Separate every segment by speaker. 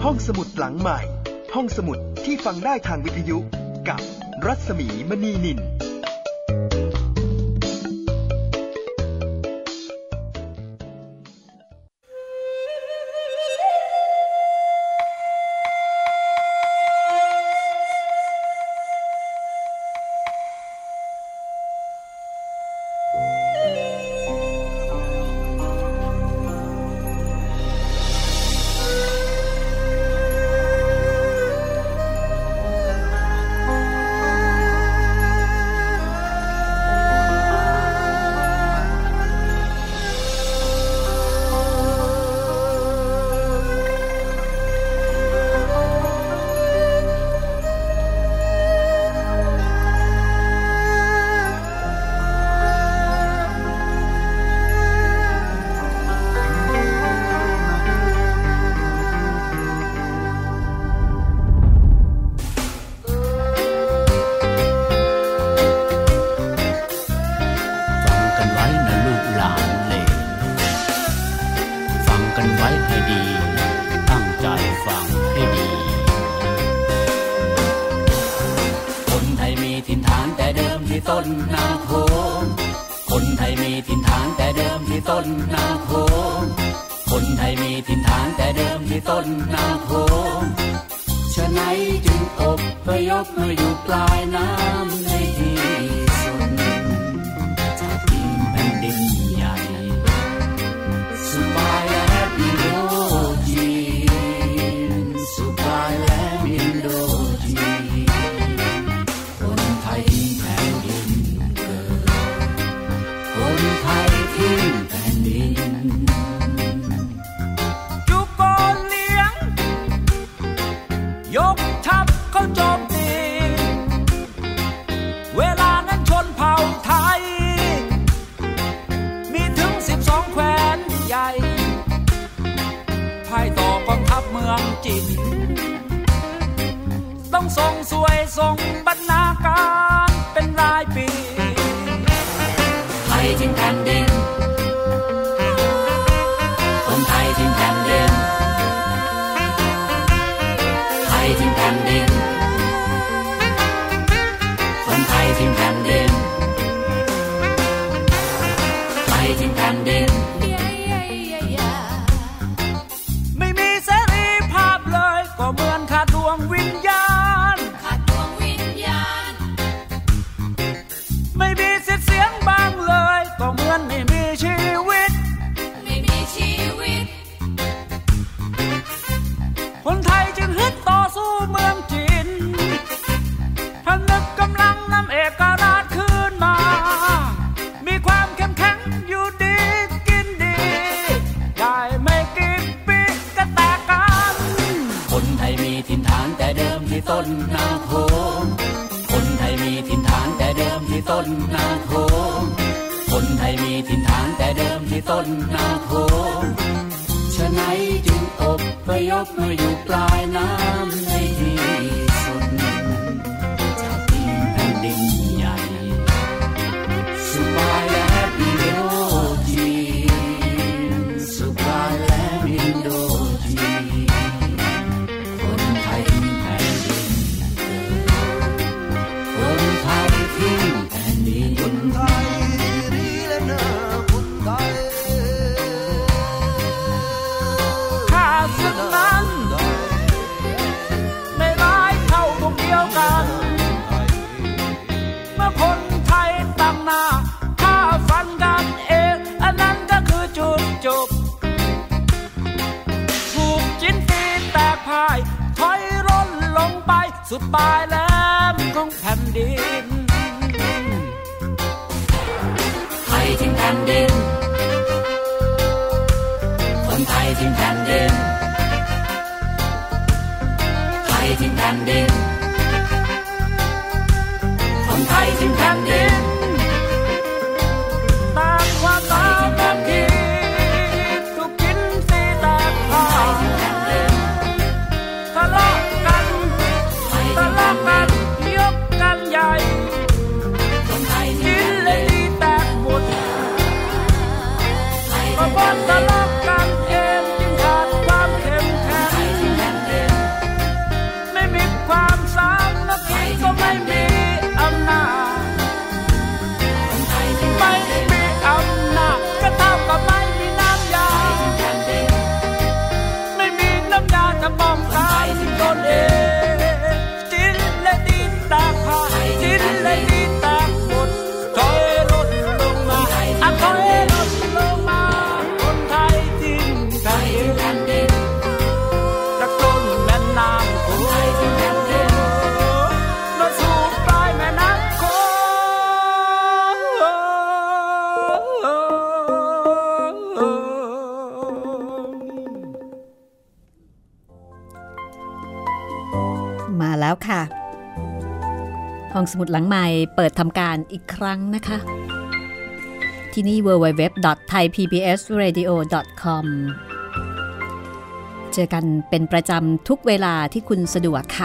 Speaker 1: ห้องสมุดหลังใหม่ห้องสมุดที่ฟังได้ทางวิทยุกับรัศมีมณีนินสุดปลายแหลมของแผ่นดินไทยทิ้งแผ่นดินคนไทยทิ้งแผ่นดินไทยทิ้งแผ่นดินคนไทยทิ้งแผ่นดินตามความตามแผ่นดินถูกกินสีแตกพายทะเลาะกันยกกันใหญ่กินเลยดีแตกหมดก็บนทะเลาะกันเองจึงขาดความเข้มแข็ง
Speaker 2: มาแล้วค่ะห้องสมุดหลังใหม่เปิดทำการอีกครั้งนะคะที่นี่ www.thaipbsradio.com เจอกันเป็นประจำทุกเวลาที่คุณสะดวกค่ะ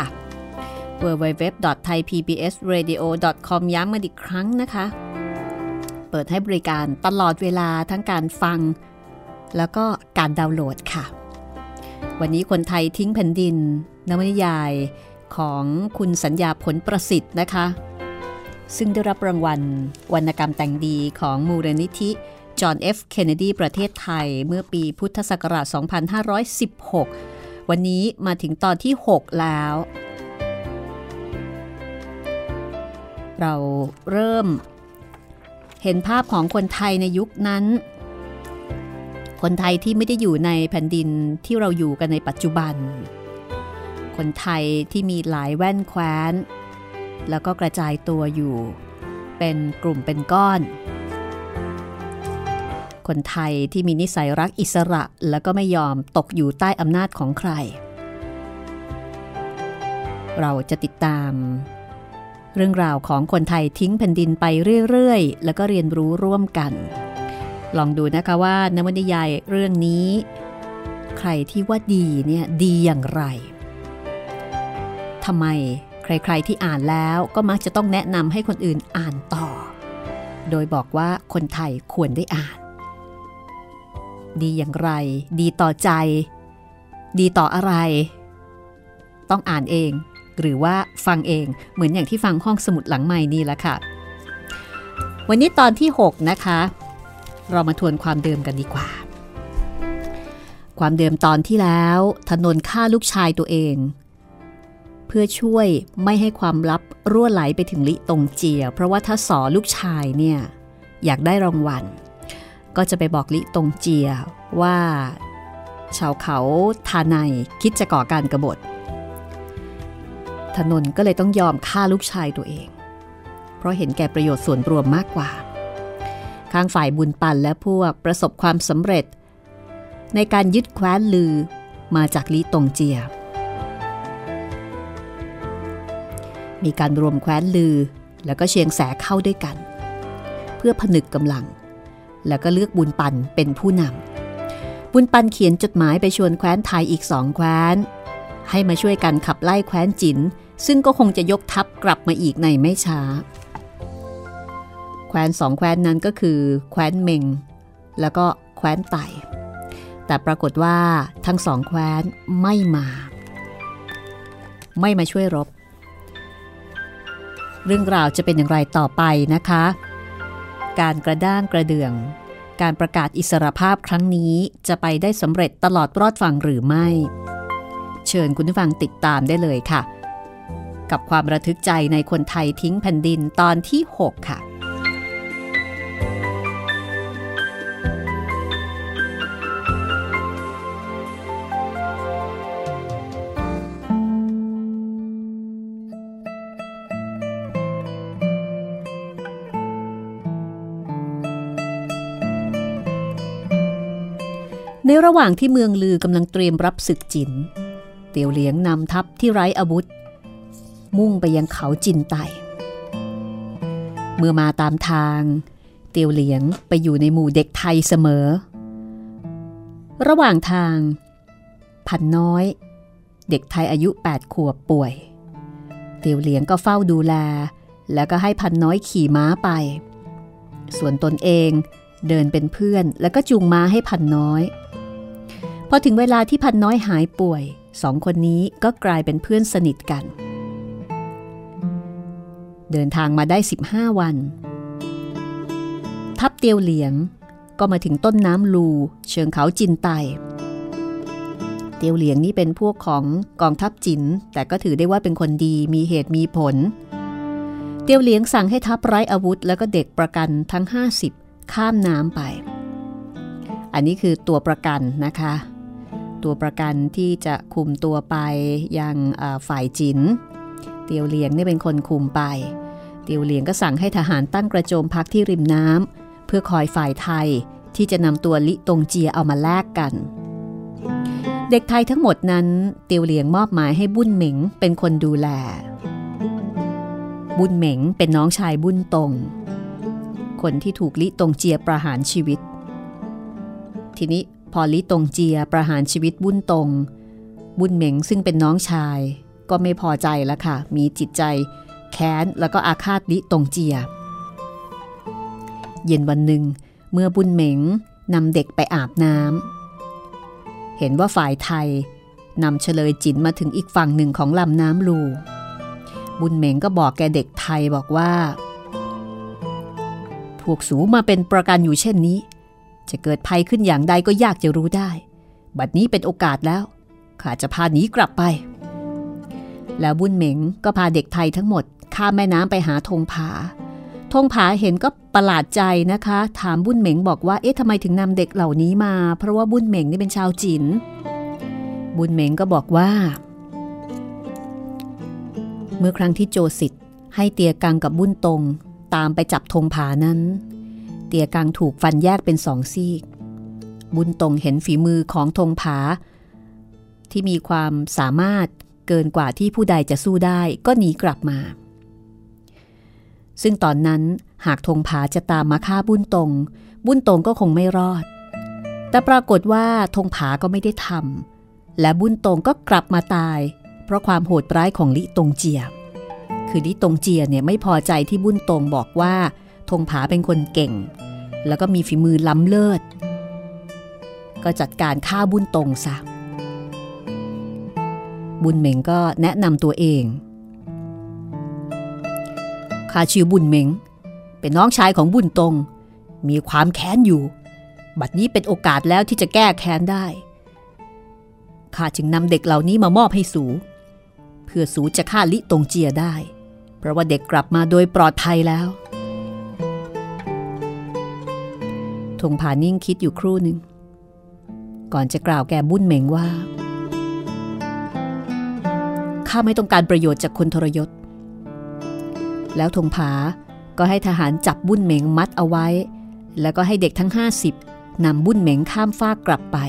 Speaker 2: www.thaipbsradio.com ย้ำมาอีกครั้งนะคะเปิดให้บริการตลอดเวลาทั้งการฟังแล้วก็การดาวน์โหลดค่ะวันนี้คนไทยทิ้งแผ่นดินนวนิยายของคุณสัญญาผลประสิทธิ์นะคะซึ่งได้รับรางวัลวรรณกรรมแต่งดีของมูลนิธิจอห์น F. เคนเนดีประเทศไทยเมื่อปีพุทธศักราช 2516 วันนี้มาถึงตอนที่ 6 แล้ว เราเริ่มเห็นภาพของคนไทยในยุคนั้นคนไทยที่ไม่ได้อยู่ในแผ่นดินที่เราอยู่กันในปัจจุบันคนไทยที่มีหลายแว่นแคว้นแล้วก็กระจายตัวอยู่เป็นกลุ่มเป็นก้อนคนไทยที่มีนิสัยรักอิสระแล้วก็ไม่ยอมตกอยู่ใต้อำนาจของใครเราจะติดตามเรื่องราวของคนไทยทิ้งแผ่นดินไปเรื่อยๆแล้วก็เรียนรู้ร่วมกันลองดูนะคะว่านวนิยายเรื่องนี้ใครที่ว่าดีเนี่ยดีอย่างไรทำไมใครๆที่อ่านแล้วก็มักจะต้องแนะนำให้คนอื่นอ่านต่อโดยบอกว่าคนไทยควรได้อ่านดีอย่างไรดีต่อใจดีต่ออะไรต้องอ่านเองหรือว่าฟังเองเหมือนอย่างที่ฟังห้องสมุดหลังใหม่นี่แหละค่ะวันนี้ตอนที่ 6 นะคะเรามาทวนความเดิมกันดีกว่าความเดิมตอนที่แล้วธนนท์ฆ่าลูกชายตัวเองเพื่อช่วยไม่ให้ความลับรั่วไหลไปถึงลิตงเจียเพราะว่าถ้าสอลูกชายเนี่ยอยากได้รางวัลก็จะไปบอกลิตงเจียว่าชาวเขาทาไนคิดจะก่อการกบฏธนนท์ก็เลยต้องยอมฆ่าลูกชายตัวเองเพราะเห็นแก่ประโยชน์ส่วนรวมมากกว่าข้างฝ่ายบุญปันและพวกประสบความสำเร็จในการยึดแคว้นลือมาจากลิตงเจียมีการรวมแคว้นลือแล้วก็เชียงแสเข้าด้วยกันเพื่อผนึกกำลังแล้วก็เลือกบุญปันเป็นผู้นำบุญปันเขียนจดหมายไปชวนแคว้นไทยอีก2แคว้นให้มาช่วยกันขับไล่แคว้นจิ๋นซึ่งก็คงจะยกทัพกลับมาอีกในไม่ช้าแคว้น2แคว้นนั้นก็คือแคว้นเมงแล้วก็แคว้นไต่แต่ปรากฏว่าทั้ง2แคว้นไม่มาช่วยรบเรื่องราวจะเป็นอย่างไรต่อไปนะคะการกระด้างกระเดื่องการประกาศอิสรภาพครั้งนี้จะไปได้สำเร็จตลอดรอดฝั่งหรือไม่เชิญคุณผู้ฟังติดตามได้เลยค่ะกับความระทึกใจในคนไทยทิ้งแผ่นดินตอนที่ 6 ค่ะในระหว่างที่เมืองลือกำลังเตรียมรับศึกจินเตียวเหลียงนำทัพที่ไร้อาวุธมุ่งไปยังเขาจินไต่เมื่อมาตามทางเตียวเหลียงไปอยู่ในหมู่เด็กไทยเสมอระหว่างทางพันน้อยเด็กไทยอายุ8 ขวบป่วยเตียวเหลียงก็เฝ้าดูแลแล้วก็ให้พันน้อยขี่ม้าไปส่วนตนเองเดินเป็นเพื่อนแล้วก็จูงม้าให้พันน้อยพอถึงเวลาที่พันน้อยหายป่วย2 คนนี้ก็กลายเป็นเพื่อนสนิทกันเดินทางมาได้15 วันทัพเตียวเหลียงก็มาถึงต้นน้ำลูเชิงเขาจินไตเตียวเหลียงนี่เป็นพวกของกองทัพจินแต่ก็ถือได้ว่าเป็นคนดีมีเหตุมีผลเตียวเหลียงสั่งให้ทัพไร้อาวุธแล้วก็เด็กประกันทั้ง50ข้ามน้ำไปอันนี้คือตัวประกันนะคะตัวประกันที่จะคุมตัวไปยังฝ่ายจินเตียวเหลียงนี่เป็นคนคุมไปเตียวเหลียงก็สั่งให้ทหารตั้งกระโจมพักที่ริมน้ำเพื่อคอยฝ่ายไทยที่จะนำตัวลิตงเจียเอามาแลกกันเด็กไทยทั้งหมดนั้นเตียวเหลียงมอบหมายให้บุญเหม็งเป็นคนดูแลบุญเหม็งเป็นน้องชายบุญตงคนที่ถูกลิตงเจียประหารชีวิตทีนี้พอลิตงเจียประหารชีวิตบุญตงบุญเหม็งซึ่งเป็นน้องชายก็ไม่พอใจแล้วค่ะมีจิตใจแค้นแล้วก็อาฆาตลิตงเจียเย็นวันหนึ่งเมื่อบุญเหม็งนำเด็กไปอาบน้ำเห็นว่าฝ่ายไทยนำเฉลยจิ๋นมาถึงอีกฝั่งหนึ่งของลำน้ำลูบุญเหม็งก็บอกแกเด็กไทยบอกว่าพวกสูมาเป็นประกันอยู่เช่นนี้จะเกิดภัยขึ้นอย่างใดก็ยากจะรู้ได้บัดนี้เป็นโอกาสแล้วข้าจะพาหนีกลับไปแล้วบุญเหม็งก็พาเด็กไทยทั้งหมดข้ามแม่น้ำไปหาธงผาเห็นก็ประหลาดใจนะคะถามบุญเหม็งบอกว่าเอ๊ะทำไมถึงนำเด็กเหล่านี้มาเพราะว่าบุญเหม็งนี่เป็นชาวจีนบุญเหม็งก็บอกว่าเมื่อครั้งที่โจสิทธิ์ให้เตียกังกับบุญตงตามไปจับธงผานั้นเตียกังถูกฟันแยกเป็น2 ซีกบุญตงเห็นฝีมือของธงผาที่มีความสามารถเกินกว่าที่ผู้ใดจะสู้ได้ก็หนีกลับมาซึ่งตอนนั้นหากธงผาจะตามมาฆ่าบุญตงก็คงไม่รอดแต่ปรากฏว่าธงผาก็ไม่ได้ทำและบุญตงก็กลับมาตายเพราะความโหดร้ายของลิตงเจียคือลิตงเจียเนี่ยไม่พอใจที่บุญตงบอกว่าธงผาเป็นคนเก่งแล้วก็มีฝีมือล้ำเลิศก็จัดการฆ่าบุญตงซะบุญเหม็งก็แนะนำตัวเองข้าชื่อบุญเหม็งเป็นน้องชายของบุญตงมีความแค้นอยู่บัดนี้เป็นโอกาสแล้วที่จะแก้แค้นได้ข้าจึงนำเด็กเหล่านี้มามอบให้สูเพื่อสูจะฆ่าลิตงเจียได้เพราะว่าเด็กกลับมาโดยปลอดภัยแล้วธงผานิ่งคิดอยู่ครู่หนึ่งก่อนจะกล่าวแก่บุญเหม็งว่าข้าไม่ต้องการประโยชน์จากคนทรยศแล้วธงผาก็ให้ทหารจับบุญเหม็งมัดเอาไว้แล้วก็ให้เด็กทั้ง50นำบุญเหม็งข้ามฟากกลับไป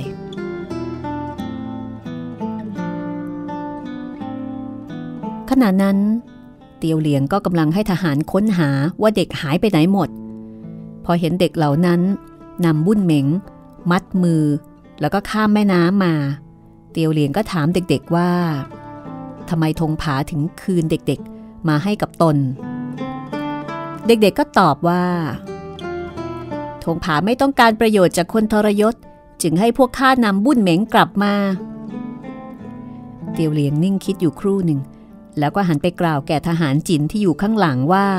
Speaker 2: ขณะนั้นเตียวเหลียงก็กำลังให้ทหารค้นหาว่าเด็กหายไปไหนหมดพอเห็นเด็กเหล่านั้นนำบุญเหม็งมัดมือแล้วก็ข้ามแม่น้ำมาเตียวเหลียงก็ถามเด็กๆว่าทำไมธงผาถึงคืนเด็กๆมาให้กับตนเด็กๆก็ตอบว่าธงผาไม่ต้องการประโยชน์จากคนทรยศจึงให้พวกข้านำบุญเหม็งกลับมาเตียวเหลียงนิ่งคิดอยู่ครู่หนึ่งแล้วก็หันไปกล่าวแก่ทหารจีนที่อยู่ข้างหลังว่า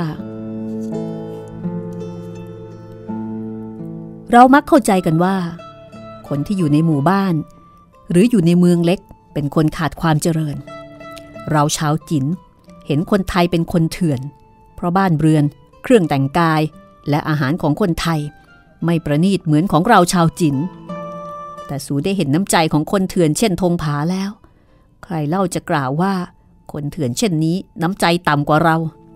Speaker 2: เรามักเข้าใจกันว่าคนที่อยู่ในหมู่บ้านหรืออยู่ในเมืองเล็กเป็นคนขาดความเจริญเราชาวจีนเห็นคนไทยเป็นคนเถื่อนเพราะบ้านเรือนเครื่องแต่งกายและอาหารของคนไทยไม่ประณีตเหมือนของเราชาวจีนแต่สูได้เห็นน้ำใจของคนเถื่อนเช่นธงผาแล้วใครเล่าจะกล่าวว่าคนเถื่อนเช่นนี้น้ำใจต่ำกว่าเรา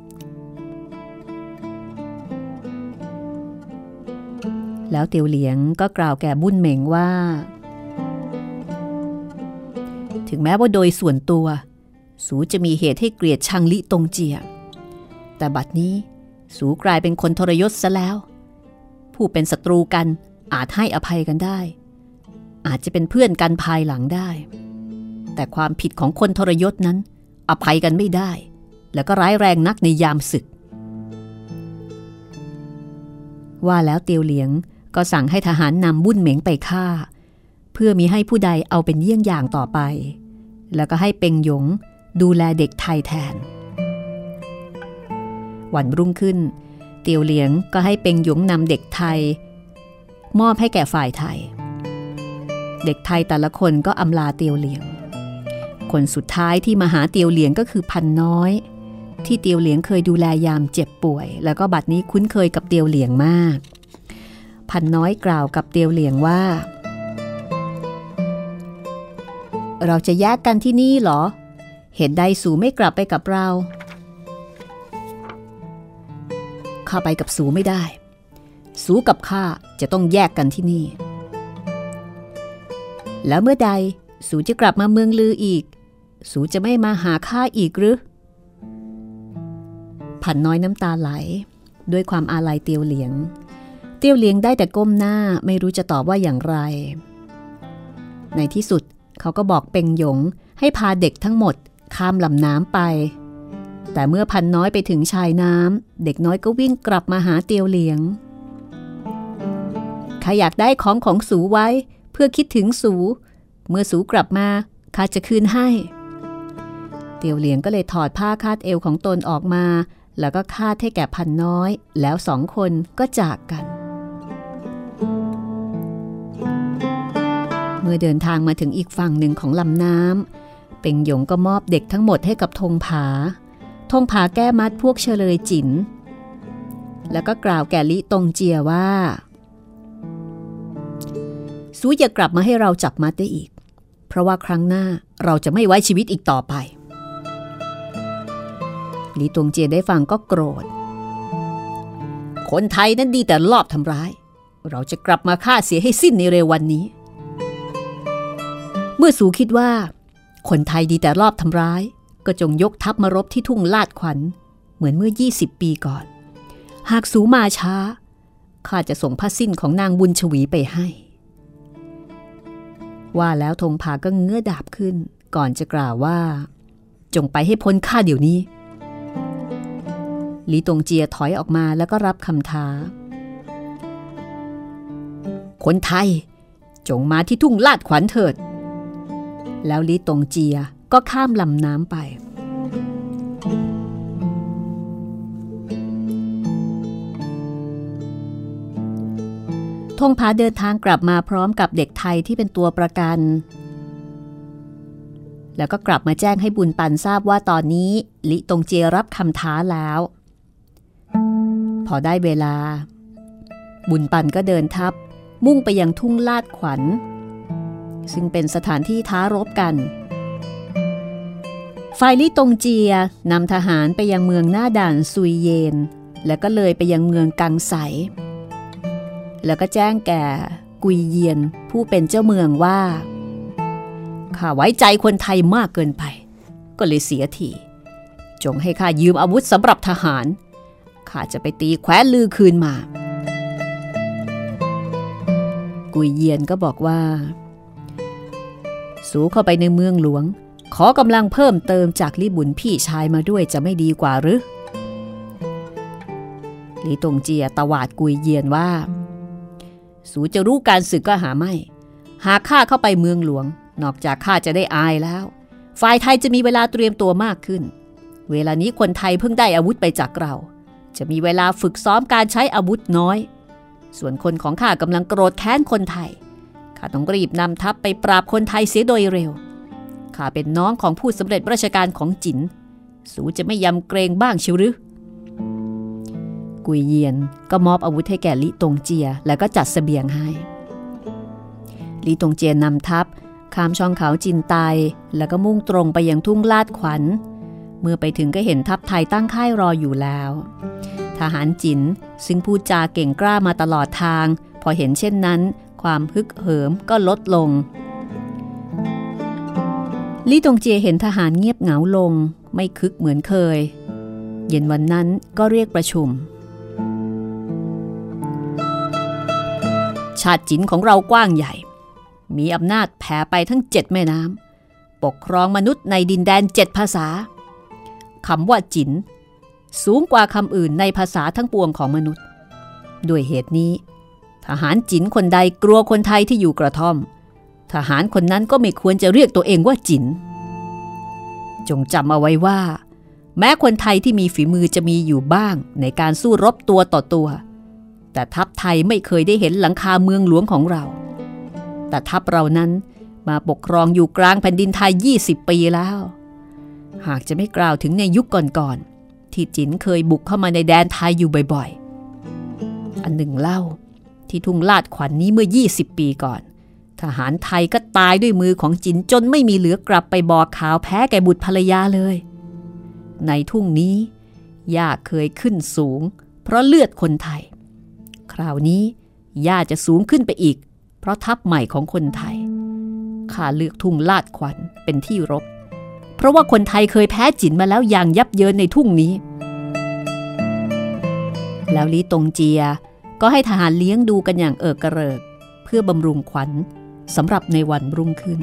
Speaker 2: แล้วเตียวเหลียงก็กล่าวแก่บุญเหม็งว่าถึงแม้ว่าโดยส่วนตัวสูจะมีเหตุให้เกลียดชังลิตงเจียแต่บัดนี้สูกลายเป็นคนทรยศซะแล้วผู้เป็นศัตรูกันอาจให้อภัยกันได้อาจจะเป็นเพื่อนกันภายหลังได้แต่ความผิดของคนทรยศนั้นอภัยกันไม่ได้แล้วก็ร้ายแรงนักในยามศึกว่าแล้วเตียวเหลียงก็สั่งให้ทหารนำบุญเหม็งไปฆ่าเพื่อมิให้ผู้ใดเอาเป็นเยี่ยงอย่างต่อไปแล้วก็ให้เป็งหยงดูแลเด็กไทยแทนวันรุ่งขึ้นเตียวเหลียงก็ให้เป็งหยงนำเด็กไทยมอบให้แก่ฝ่ายไทยเด็กไทยแต่ละคนก็อำลาเตียวเหลียงคนสุดท้ายที่มาหาเตียวเหลียงก็คือพันน้อยที่เตียวเหลียงเคยดูแลยามเจ็บป่วยแล้วก็บัดนี้คุ้นเคยกับเตียวเหลียงมากพันน้อยกล่าวกับเตียวเหลียงว่าเราจะแยกกันที่นี่เหรอเหตุใดสูไม่กลับไปกับเราข้าไปกับสูไม่ได้สูกับข้าจะต้องแยกกันที่นี่แล้วเมื่อใดสูจะกลับมาเมืองลืออีกสูจะไม่มาหาข้าอีกหรือผันน้อยน้ำตาไหลด้วยความอาลัยเตียวเหลียงได้แต่ก้มหน้าไม่รู้จะตอบว่าอย่างไรในที่สุดเขาก็บอกเป็งหยงให้พาเด็กทั้งหมดข้ามลำน้ำไปแต่เมื่อพันน้อยไปถึงชายน้ำเด็กน้อยก็วิ่งกลับมาหาเตียวเหลียงข้าอยากได้ของสูไว้เพื่อคิดถึงสูเมื่อสูกลับมาข้าจะคืนให้เตียวเหลียงก็เลยถอดผ้าคาดเอวของตนออกมาแล้วก็คาดให้แก่พันน้อยแล้วสองคนก็จากกันเมื่อเดินทางมาถึงอีกฝั่งหนึ่งของลำน้ำเป็งหยงก็มอบเด็กทั้งหมดให้กับธงผาแก้มัดพวกเฉลยจิ๋นแล้วก็กล่าวแก่ลิตงเจียว่าสูอย่ากลับมาให้เราจับมัดได้อีกเพราะว่าครั้งหน้าเราจะไม่ไว้ชีวิตอีกต่อไปลิตงเจียได้ฟังก็โกรธคนไทยนั้นดีแต่ลอบทำร้ายเราจะกลับมาฆ่าเสียให้สิ้นในเร็ววันนี้เมื่อสูคิดว่าคนไทยดีแต่ลอบทำร้ายก็จงยกทัพมารบที่ทุ่งลาดขวัญเหมือนเมื่อ20 ปีก่อนหากสูมาช้าข้าจะส่งผ้าสิ้นของนางบุญชวีไปให้ว่าแล้วธงผาก็เงื้อดาบขึ้นก่อนจะกล่าวว่าจงไปให้พ้นข้าเดี๋ยวนี้ลีตงเจียถอยออกมาแล้วก็รับคำท้าคนไทยจงมาที่ทุ่งลาดขวัญเถิดแล้วลีตงเจียก็ข้ามลำน้ำไปธงผาเดินทางกลับมาพร้อมกับเด็กไทยที่เป็นตัวประกันแล้วก็กลับมาแจ้งให้บุญปันทราบว่าตอนนี้ลิตงเจียรับคำท้าแล้วพอได้เวลาบุญปันก็เดินทัพมุ่งไปยังทุ่งลาดขวัญซึ่งเป็นสถานที่ท้ารบกันฝ่ายลิตงเจียนำทหารไปยังเมืองหน้าด่านซุยเยนแล้วก็เลยไปยังเมืองกังไสแล้วก็แจ้งแก่กุยเยียนผู้เป็นเจ้าเมืองว่าข้าไว้ใจคนไทยมากเกินไปก็เลยเสียทีจงให้ข้ายืมอาวุธสำหรับทหารข้าจะไปตีแคว้นลือคืนมากุยเยียนก็บอกว่าสูเข้าไปในเมืองหลวงขอกำลังเพิ่มเติมจากลี่บุญพี่ชายมาด้วยจะไม่ดีกว่าหรือลี่ตงเจียตวาดกุยเยียนว่าสูจะรู้การศึกก็หาไม่หากข้าเข้าไปเมืองหลวงนอกจากข้าจะได้อายแล้วฝ่ายไทยจะมีเวลาเตรียมตัวมากขึ้นเวลานี้คนไทยเพิ่งได้อาวุธไปจากเราจะมีเวลาฝึกซ้อมการใช้อาวุธน้อยส่วนคนของข้ากำลังโกรธแค้นคนไทยข้าต้องรีบนำทัพไปปราบคนไทยเสียโดยเร็วข้าเป็นน้องของผู้สำเร็จราชการของจิ๋นสูจะไม่ยำเกรงบ้างชิวหรือกุยเยียนก็มอบอาวุธให้แก่ลิตงเจียแล้วก็จัดเสบียงให้ลิตงเจียนำทัพข้ามช่องเขาจินไตแล้วก็มุ่งตรงไปยังทุ่งลาดขวัญเมื่อไปถึงก็เห็นทัพไทยตั้งค่ายรออยู่แล้วทหารจิ๋นซึ่งพูดจาเก่งกล้ามาตลอดทางพอเห็นเช่นนั้นความฮึกเหิมก็ลดลงลี่ตงเจียเห็นทหารเงียบเหงาลงไม่คึกเหมือนเคยเย็นวันนั้นก็เรียกประชุมชาติจิ๋นของเรากว้างใหญ่มีอำนาจแผ่ไปทั้ง7แม่น้ำปกครองมนุษย์ในดินแดน7ภาษาคำว่าจิ๋นสูงกว่าคำอื่นในภาษาทั้งปวงของมนุษย์ด้วยเหตุนี้ทหารจิ๋นคนใดกลัวคนไทยที่อยู่กระท่อมทหารคนนั้นก็ไม่ควรจะเรียกตัวเองว่าจิ๋นจงจำเอาไว้ว่าแม้คนไทยที่มีฝีมือจะมีอยู่บ้างในการสู้รบตัวต่อตัวแต่ทัพไทยไม่เคยได้เห็นหลังคาเมืองหลวงของเราแต่ทัพเรานั้นมาปกครองอยู่กลางแผ่นดินไทย20 ปีแล้วหากจะไม่กล่าวถึงในยุคก่อนๆที่จิ๋นเคยบุกเข้ามาในแดนไทยอยู่บ่อยๆอันหนึ่งเล่าที่ทุ่งลาดขวัญ นี้เมื่อ20 ปีก่อนทหารไทยก็ตายด้วยมือของจิ๋นจนไม่มีเหลือกลับไปบอกข่าวแพ้แก่บุตรภรรยาเลยในทุ่งนี้หญ้าเคยขึ้นสูงเพราะเลือดคนไทยคราวนี้หญ้าจะสูงขึ้นไปอีกเพราะทัพใหม่ของคนไทยข้าเลือกทุ่งลาดขวัญเป็นที่รบเพราะว่าคนไทยเคยแพ้จินมาแล้วอย่างยับเยินในทุ่งนี้แล้วลีตงเจียก็ให้ทหารเลี้ยงดูกันอย่างเอิกกระเริกเพื่อบำรุงขวัญสำหรับในวันรุ่งขึ้น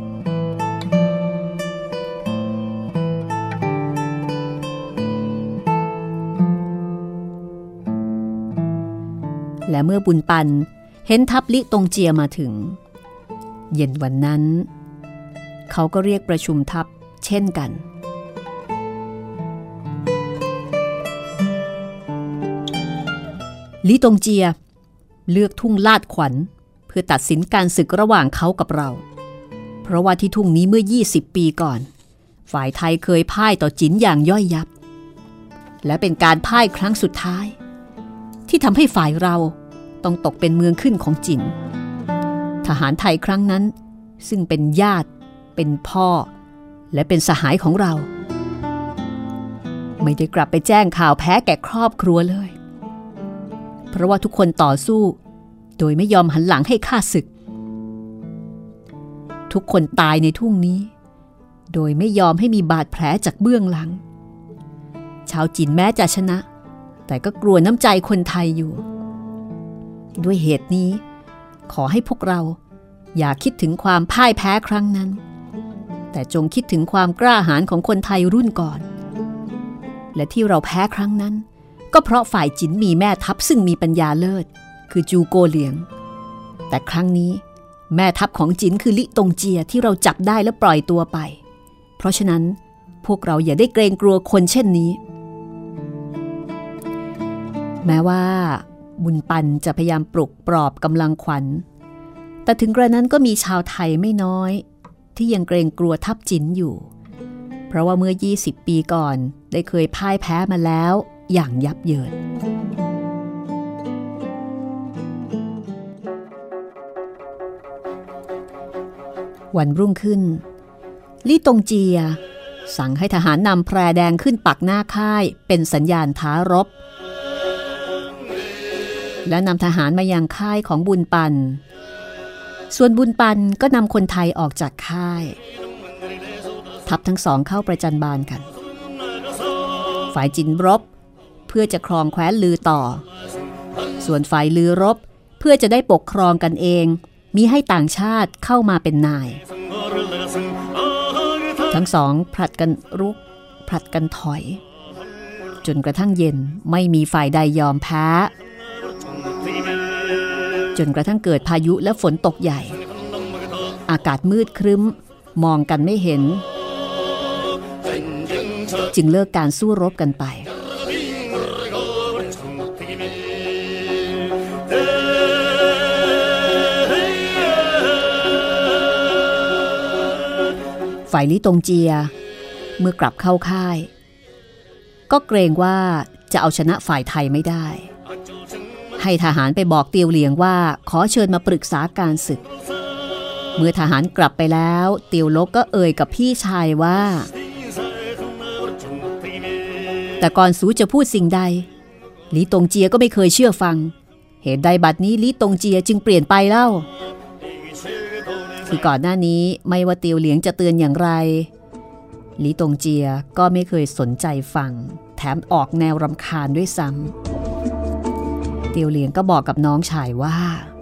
Speaker 2: และเมื่อบุญปันเห็นทัพลิตงเจียมาถึงเย็นวันนั้นเขาก็เรียกประชุมทัพเช่นกันลิตงเจียเลือกทุ่งลาดขวัญเพื่อตัดสินการศึกระหว่างเขากับเราเพราะว่าที่ทุ่งนี้เมื่อ20ปีก่อนฝ่ายไทยเคยพ่ายต่อจินอย่างย่อยยับและเป็นการพ่ายครั้งสุดท้ายที่ทำให้ฝ่ายเราต้องตกเป็นเมืองขึ้นของจินทหารไทยครั้งนั้นซึ่งเป็นญาติเป็นพ่อและเป็นสหายของเราไม่ได้กลับไปแจ้งข่าวแพ้แก่ครอบครัวเลยเพราะว่าทุกคนต่อสู้โดยไม่ยอมหันหลังให้ข้าศึกทุกคนตายในทุ่งนี้โดยไม่ยอมให้มีบาดแผลจากเบื้องหลังชาวจีนแม้จะชนะแต่ก็กลัวน้ำใจคนไทยอยู่ด้วยเหตุนี้ขอให้พวกเราอย่าคิดถึงความพ่ายแพ้ครั้งนั้นแต่จงคิดถึงความกล้าหาญของคนไทยรุ่นก่อนและที่เราแพ้ครั้งนั้นก็เพราะฝ่ายจินมีแม่ทัพซึ่งมีปัญญาเลิศคือจูโกเหลียงแต่ครั้งนี้แม่ทัพของจินคือลิตงเจียที่เราจับได้และปล่อยตัวไปเพราะฉะนั้นพวกเราอย่าได้เกรงกลัวคนเช่นนี้แม้ว่าบุญปันจะพยายามปลุกปลอบกำลังขวัญแต่ถึงกระนั้นก็มีชาวไทยไม่น้อยที่ยังเกรงกลัวทัพจินอยู่เพราะว่าเมื่อ20ปีก่อนได้เคยพ่ายแพ้มาแล้วอย่างยับเยินวันรุ่งขึ้นลี่ตงเจียสั่งให้ทหารนำแพรแดงขึ้นปักหน้าค่ายเป็นสัญญาณท้ารบและนำทหารมายังค่ายของบุญปันส่วนบุญปันก็นำคนไทยออกจากค่ายทัพทั้งสองเข้าประจันบานกันฝ่ายจินรบเพื่อจะครองแคว้นลือต่อส่วนฝ่ายลือรบเพื่อจะได้ปกครองกันเองมิให้ต่างชาติเข้ามาเป็นนายทั้งสองผลัดกันรุกผลัดกันถอยจนกระทั่งเย็นไม่มีฝ่ายใดยอมแพ้จนกระทั่งเกิดพายุและฝนตกใหญ่อากาศมืดครึ้มมองกันไม่เห็นจึงเลิกการสู้รบกันไปฝ่ายลี่ตงเจียเมื่อกลับเข้าค่ายก็เกรงว่าจะเอาชนะฝ่ายไทยไม่ได้ให้ทหารไปบอกเตียวเหลียงว่าขอเชิญมาปรึกษาการศึกเมื่อทหารกลับไปแล้วเตียวลกก็เอ่ยกับพี่ชายว่าแต่ก่อนสูจะพูดสิ่งใดลี่ตงเจียก็ไม่เคยเชื่อฟังเหตุใดบัดนี้ลี่ตงเจียจึงเปลี่ยนไปเล่าคือก่อนหน้านี้ไม่ว่าเตียวเหลียงจะเตือนอย่างไรลี่ตงเจียก็ไม่เคยสนใจฟังแถมออกแนวรำคาญด้วยซ้ำเตียวเหลียงก็บอกกับน้องชายว่า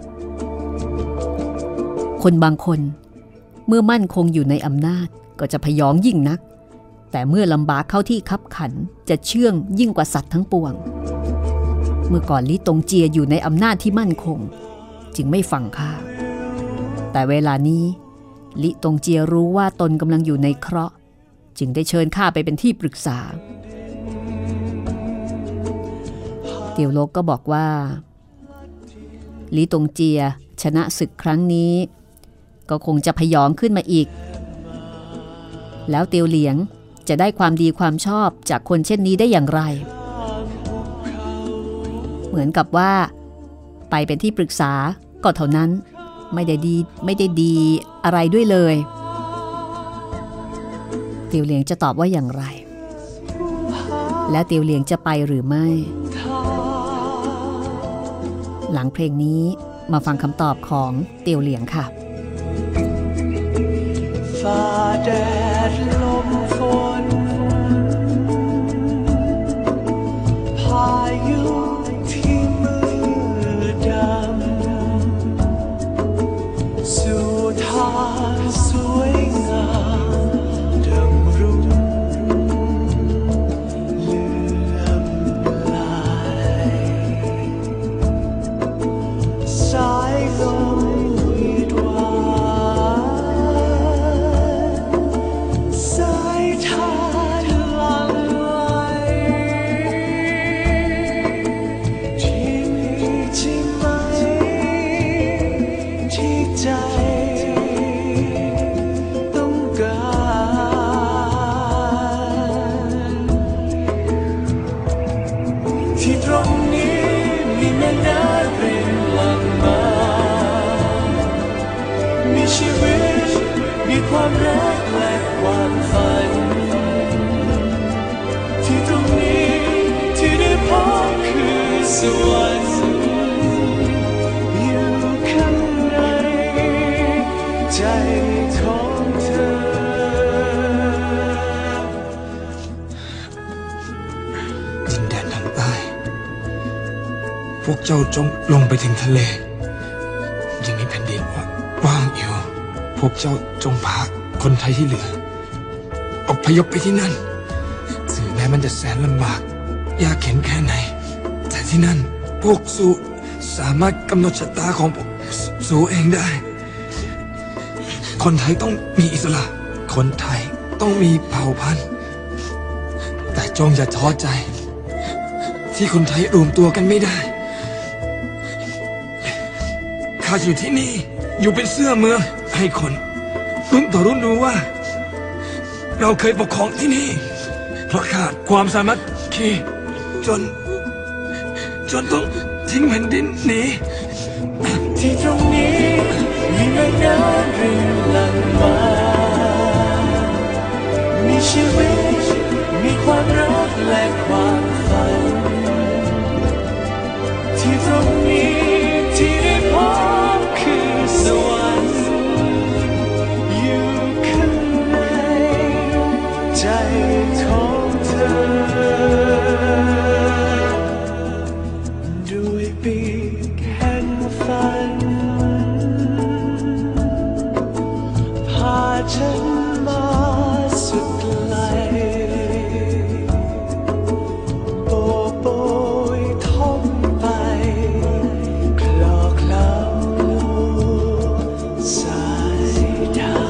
Speaker 2: คนบางคนเมื่อมั่นคงอยู่ในอำนาจก็จะพยองยิ่งนักแต่เมื่อลำบากเข้าที่คับขันจะเชื่องยิ่งกว่าสัตว์ทั้งปวงเมื่อก่อนลี่ตงเจียอยู่ในอำนาจที่มั่นคงจึงไม่ฟังข้าแต่เวลานี้ลี่ตงเจียรู้ว่าตนกำลังอยู่ในเคราะห์จึงได้เชิญข้าไปเป็นที่ปรึกษาเตียวลกก็บอกว่าลี่ตงเจียชนะศึกครั้งนี้ก็คงจะพยองขึ้นมาอีกแล้วเตียวเหลียงจะได้ความดีความชอบจากคนเช่นนี้ได้อย่างไรเหมือนกับว่าไปเป็นที่ปรึกษาก็เท่านั้นไม่ได้ดีอะไรด้วยเลยเตียวเหลียงจะตอบว่าอย่างไรและเตียวเหลียงจะไปหรือไม่หลังเพลงนี้มาฟังคำตอบของเตียวเหลียงค่ะ
Speaker 3: กเจ้าจงลงไปถึงทะเลยังมีแผ่นดินว่างอยู่พวกเจ้าจงพาคนไทยที่เหลืออพยพไปที่นั่นถึงแม้มันจะแสนลำบากยากเข็นแค่ไหนแต่ที่นั่นพวกสู่สามารถกำหนดชะตาของพวกสู่เองได้คนไทยต้องมีอิสระคนไทยต้องมีเผ่าพันธุ์แต่จงอย่าท้อใจที่คนไทยรวมตัวกันไม่ได้ข้าอยู่ที่นี่อยู่เป็นเสื้อเมืองให้คนรุ่นต่อรุ่นรู้ว่าเราเคยปกครองที่นี่เพราะขาดความสามัคคีจนต้องทิ้งแผ่นดินหนี
Speaker 4: ที่ตรงนี้มีแม่น้ำรินหลั่งมามีชีวิตมีความรักและความฝันที่ตรงนี้ที่ได้พบคือสวรรค์อยู่ข้างในใจของเธอด้วยปีกแห่งฝันพาฉันมาสุดไกลโบกโบยท่องไปคลอเคล้าสายตา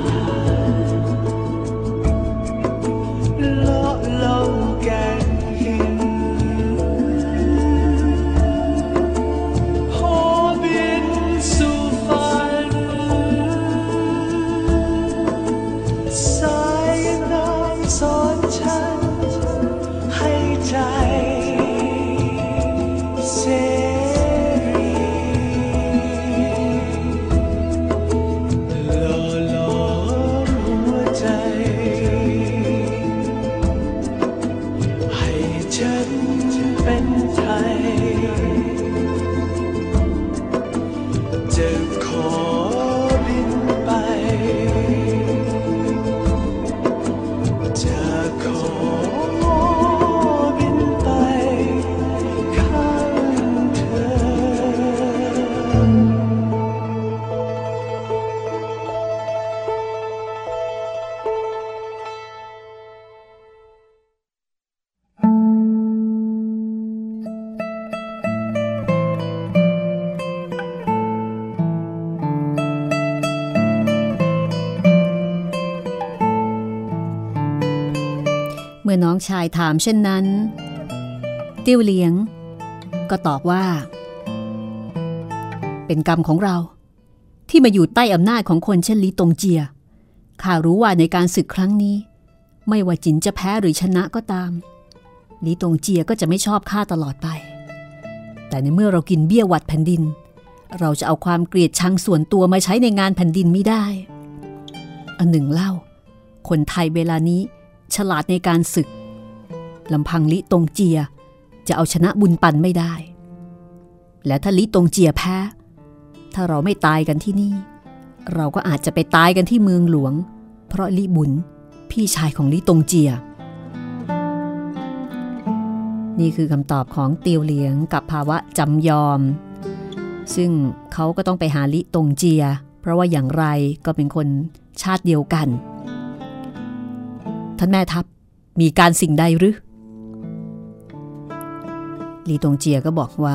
Speaker 4: เลาะลงแก่นหินโหบินสู่ฝันสายน้ำสอนฉันให้ใจเสรีหล่อหลอมหัวใจให้ฉันเป็นไทยจะขอบินไปจะขอบินไปข้างเธอ
Speaker 2: เมื่อน้องชายถามเช่นนั้นติ้วเหลียงก็ตอบว่าเป็นกรรมของเราที่มาอยู่ใต้อำนาจของคนเช่นลีตงเจียข้ารู้ว่าในการศึกครั้งนี้ไม่ว่าจินจะแพ้หรือชนะก็ตามลีตงเจียก็จะไม่ชอบข้าตลอดไปแต่ในเมื่อเรากินเบี้ยหวัดแผ่นดินเราจะเอาความเกลียดชังส่วนตัวมาใช้ในงานแผ่นดินไม่ได้อันหนึ่งเล่าคนไทยเวลานี้ฉลาดในการศึกลำพังลิตงเจียจะเอาชนะบุญปันไม่ได้และถ้าลิตงเจียแพ้ถ้าเราไม่ตายกันที่นี่เราก็อาจจะไปตายกันที่เมืองหลวงเพราะลิบุญพี่ชายของลิตงเจียนี่คือคำตอบของเตียวเหลียงกับภาวะจำยอมซึ่งเขาก็ต้องไปหาลิตงเจียเพราะว่าอย่างไรก็เป็นคนชาติเดียวกันท่านแม่ทัพมีการสิ่งใดหรือลีตงเจียก็บอกว่า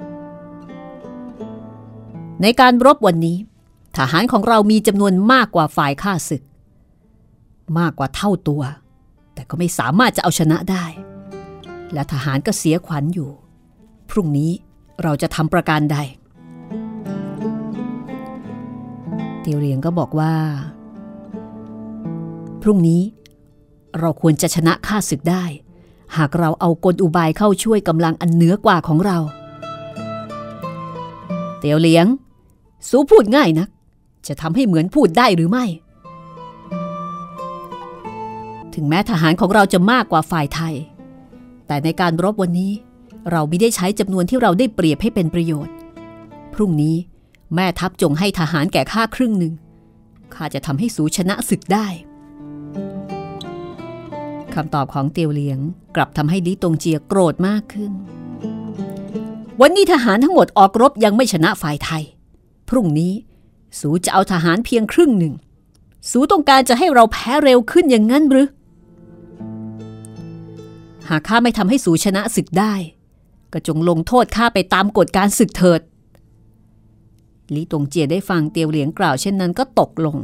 Speaker 2: ในการรบวันนี้ทหารของเรามีจำนวนมากกว่าฝ่ายข้าศึกมากกว่าเท่าตัวแต่ก็ไม่สามารถจะเอาชนะได้และทหารก็เสียขวัญอยู่พรุ่งนี้เราจะทำประการใดเตียวเหลียงก็บอกว่าพรุ่งนี้เราควรจะชนะข้าศึกได้หากเราเอากลอุบายเข้าช่วยกำลังอันเหนือกว่าของเราเตียวเหลียงสู้พูดง่ายนักจะทำให้เหมือนพูดได้หรือไม่ถึงแม้ทหารของเราจะมากกว่าฝ่ายไทยแต่ในการรบวันนี้เราไม่ได้ใช้จำนวนที่เราได้เปรียบให้เป็นประโยชน์พรุ่งนี้แม่ทัพจงให้ทหารแก่ข้าครึ่งหนึ่งข้าจะทำให้สูชนะศึกได้คำตอบของเตียวเหลียงกลับทำให้ลีตงเจียโกรธมากขึ้นวันนี้ทหารทั้งหมดออกรบยังไม่ชนะฝ่ายไทยพรุ่งนี้สูจะเอาทหารเพียงครึ่งหนึ่งสูต้องการจะให้เราแพ้เร็วขึ้นอย่างนั้นหรือหากข้าไม่ทำให้สูชนะศึกได้ก็จงลงโทษข้าไปตามกฎการศึกเถิดลี่ตงเจียได้ฟังเตียวเหลียงกล่าวเช่นนั้นก็ตกลง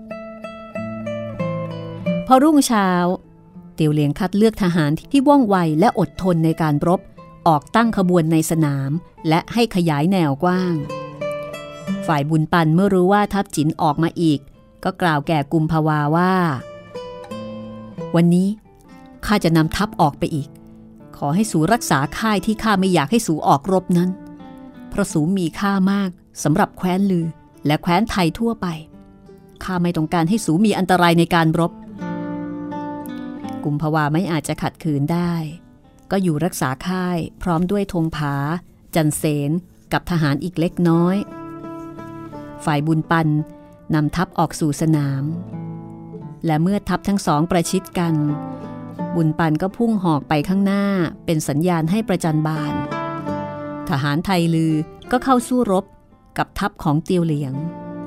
Speaker 2: พอรุ่งเช้าเตียวเหลียงคัดเลือกทหารที่ว่องไวและอดทนในการรบออกตั้งขบวนในสนามและให้ขยายแนวกว้างฝ่ายบุญปันเมื่อรู้ว่าทัพจินออกมาอีกก็กล่าวแก่กุมภาวาว่าวันนี้ข้าจะนำทัพออกไปอีกขอให้สูรักษาค่ายที่ข้าไม่อยากให้สูออกรบนั้นเพราะสูมีค่ามากสำหรับแคว้นลือและแคว้นไทยทั่วไปข้าไม่ต้องการให้สูมีอันตรายในการรบกุมภาวาไม่อาจจะขัดขืนได้ก็อยู่รักษาค่ายพร้อมด้วยธงผาจันเสนกับทหารอีกเล็กน้อยฝ่ายบุญปันนำทัพออกสู่สนามและเมื่อทัพทั้งสองประชิดกันบุญปันก็พุ่งหอกไปข้างหน้าเป็นสัญญาณให้ประจันบานทหารไทยลือก็เข้าสู้รบกับทัพของเตียวเหลียง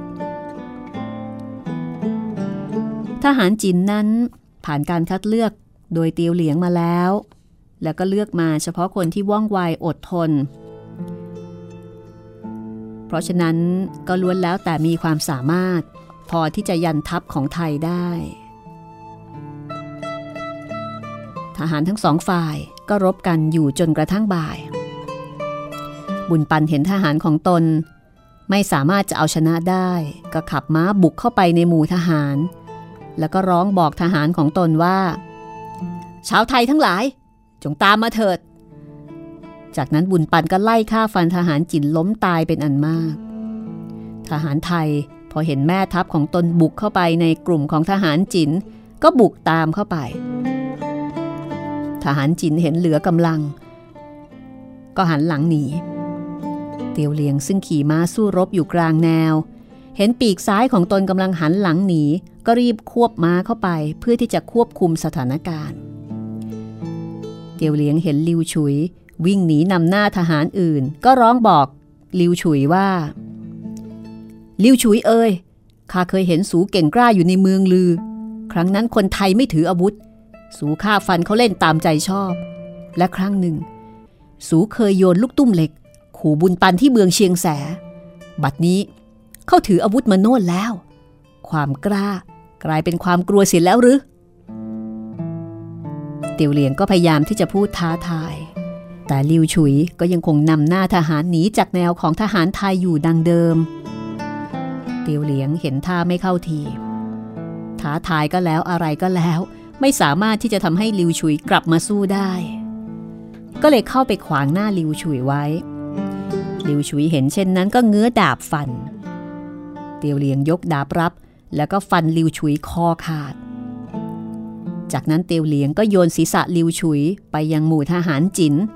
Speaker 2: ทหารจีนนั้นผ่านการคัดเลือกโดยเตียวเหลียงมาแล้วก็เลือกมาเฉพาะคนที่ว่องไวอดทนเพราะฉะนั้นก็ล้วนแล้วแต่มีความสามารถพอที่จะยันทัพของไทยได้ทหารทั้งสองฝ่ายก็รบกันอยู่จนกระทั่งบ่ายบุญปันเห็นทหารของตนไม่สามารถจะเอาชนะได้ก็ขับม้าบุกเข้าไปในหมู่ทหารแล้วก็ร้องบอกทหารของตนว่าชาวไทยทั้งหลายจงตามมาเถิดจากนั้นบุญปันก็ไล่ฆ่าฟันทหารจีนล้มตายเป็นอันมากทหารไทยพอเห็นแม่ทัพของตนบุกเข้าไปในกลุ่มของทหารจีนก็บุกตามเข้าไปทหารจีนเห็นเหลือกำลังก็หันหลังหนีเตียวเหลียงซึ่งขี่ม้าสู้รบอยู่กลางแนวเห็นปีกซ้ายของตนกำลังหันหลังหนีก็รีบควบม้าเข้าไปเพื่อที่จะควบคุมสถานการณ์เตียวเหลียงเห็นลิวฉุยวิ่งหนีนำหน้าทหารอื่นก็ร้องบอกลิวฉุยว่าลิวฉุยเอ้ยข้าเคยเห็นสูเก่งกล้าอยู่ในเมืองลือครั้งนั้นคนไทยไม่ถืออาวุธสูฆ่าฟันเขาเล่นตามใจชอบและครั้งหนึ่งสูเคยโยนลูกตุ้มเหล็กขู่บุญปันที่เมืองเชียงแสบัดนี้เขาถืออาวุธมาโน่นแล้วความกล้ากลายเป็นความกลัวเสียแล้วหรือเตียวเหลียงก็พยายามที่จะพูดท้าทายแต่ลิวฉุยก็ยังคงนำหน้าทหารหนีจากแนวของทหารไทยอยู่ดังเดิมเตียวเหลียงเห็นท่าไม่เข้าทีท้าทายก็แล้วอะไรก็แล้วไม่สามารถที่จะทำให้ลิวฉุยกลับมาสู้ได้ก็เลยเข้าไปขวางหน้าลิวฉุยไว้ลิวฉุยเห็นเช่นนั้นก็เงื้อดาบฟันเตียวเหลียงยกดาบรับแล้วก็ฟันลิวฉุยคอขาดจากนั้นเตียวเหลียงก็โยนศีรษะลิวฉุยไปยังหมู่ทหารจิน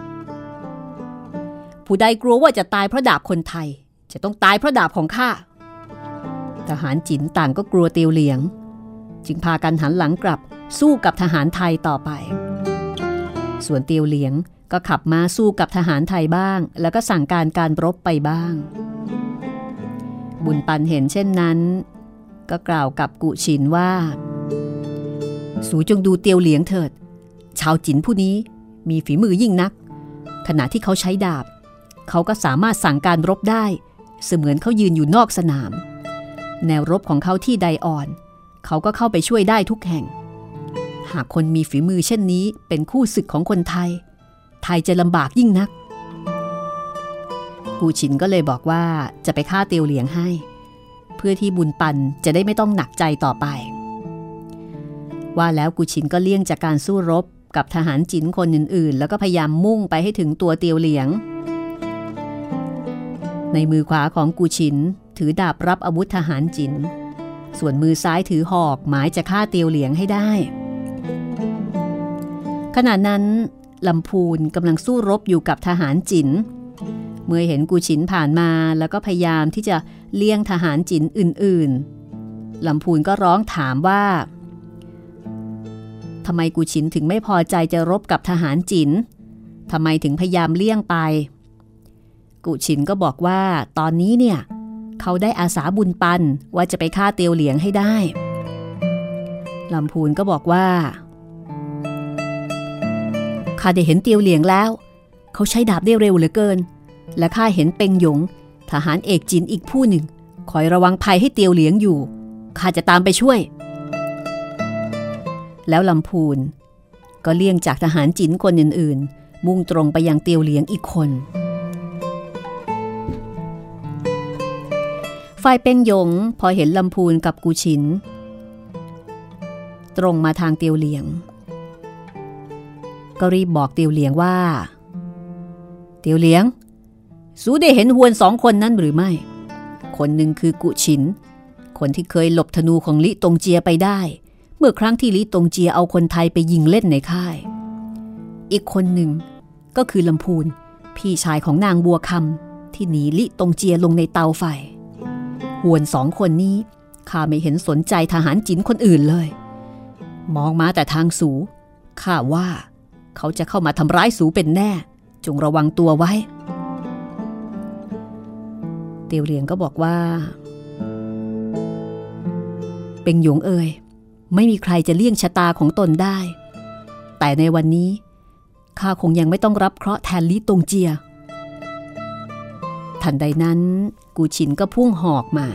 Speaker 2: ผู้ใดกลัวว่าจะตายเพราะดาบคนไทยจะต้องตายเพราะดาบของข้าทหารจินต่างก็กลัวเตียวเหลียงจึงพากันหันหลังกลับสู้กับทหารไทยต่อไปส่วนเตียวเหลียงก็ขับม้าสู้กับทหารไทยบ้างแล้วก็สั่งการรบไปบ้างบุญปันเห็นเช่นนั้นก็กล่าวกับกุฉินว่าสูจงดูเตียวเหลียงเถิดชาวจินผู้นี้มีฝีมือยิ่งนักขณะที่เขาใช้ดาบเขาก็สามารถสั่งการรบได้เสมือนเขายืนอยู่นอกสนามแนวรบของเขาที่ใดอ่อนเขาก็เข้าไปช่วยได้ทุกแห่งหากคนมีฝีมือเช่นนี้เป็นคู่ศึกของคนไทยจะลำบากยิ่งนักกูฉินก็เลยบอกว่าจะไปฆ่าเตียวเหลียงให้เพื่อที่บุญปันจะได้ไม่ต้องหนักใจต่อไปว่าแล้วกูฉินก็เลี่ยงจากการสู้รบกับทหารจินคนอื่นๆแล้วก็พยายามมุ่งไปให้ถึงตัวเตียวเหลียงในมือขวาของกูฉินถือดาบรับอาวุธทหารจินส่วนมือซ้ายถือหอกหมายจะฆ่าเตียวเหลียงให้ได้ขณะนั้นลำพูนกำลังสู้รบอยู่กับทหารจินเมื่อเห็นกูฉินผ่านมาแล้วก็พยายามที่จะเลี่ยงทหารจินอื่นๆลำพูนก็ร้องถามว่าทำไมกูฉินถึงไม่พอใจจะรบกับทหารจินทำไมถึงพยายามเลี่ยงไปกุฉินก็บอกว่าตอนนี้เนี่ยเขาได้อาสาบุญปันว่าจะไปฆ่าเตียวเหลียงให้ได้ลำพูนก็บอกว่าข้าได้เห็นเตียวเหลียงแล้วเขาใช้ดาบได้เร็วเหลือเกินและข้าเห็นเป็งหยงทหารเอกจินอีกผู้หนึ่งคอยระวังภัยให้เตียวเหลียงอยู่ข้าจะตามไปช่วยแล้วลำพูนก็เลี่ยงจากทหารจินคนอื่นๆมุ่งตรงไปยังเตียวเหลียงอีกคนฝ่ายเป็งหยงพอเห็นลำพูนกับกูฉินตรงมาทางเตียวเหลียงก็รีบบอกเตียวเหลียงว่าเตียวเหลียงสูได้เห็นฮวนสองคนนั้นหรือไม่คนหนึ่งคือกุฉินคนที่เคยหลบธนูของลิตงเจียไปได้เมื่อครั้งที่ลิตงเจียเอาคนไทยไปยิงเล่นในค่ายอีกคนหนึ่งก็คือลำพูนพี่ชายของนางบัวคำที่หนีลิตงเจียลงในเตาไฟฮวนสองคนนี้ข้าไม่เห็นสนใจทหารจินคนอื่นเลยมองมาแต่ทางสูข้าว่าเขาจะเข้ามาทำร้ายสูเป็นแน่จงระวังตัวไว้เตียวเหลียงก็บอกว่าเป็งหยงเอ่ยไม่มีใครจะเลี่ยงชะตาของตนได้แต่ในวันนี้ข้าคงยังไม่ต้องรับเคราะห์แทนลี่ตงเจียทันใดนั้นกูฉินก็พุ่งหอกมา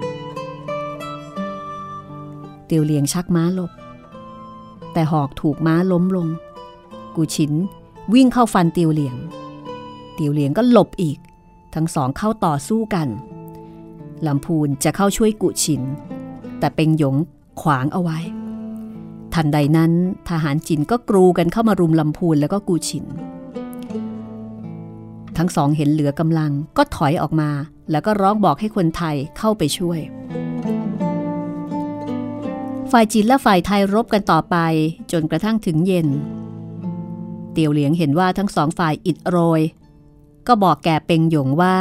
Speaker 2: เตียวเหลียงชักม้าหลบแต่หอกถูกม้าล้มลงกูฉินวิ่งเข้าฟันเตียวเหลียงก็หลบอีกทั้งสองเข้าต่อสู้กันลำพูนจะเข้าช่วยกุฉินแต่เป็งหยงขวางเอาไว้ทันใดนั้นทหารจินก็กรูกันเข้ามารุมลำพูนแล้วก็กุฉินทั้งสองเห็นเหลือกำลังก็ถอยออกมาแล้วก็ร้องบอกให้คนไทยเข้าไปช่วยฝ่ายจีนและฝ่ายไทยรบกันต่อไปจนกระทั่งถึงเย็นเตียวเหลียงเห็นว่าทั้งสองฝ่ายอิดโรยก็บอกแก่เป็งหยงว่า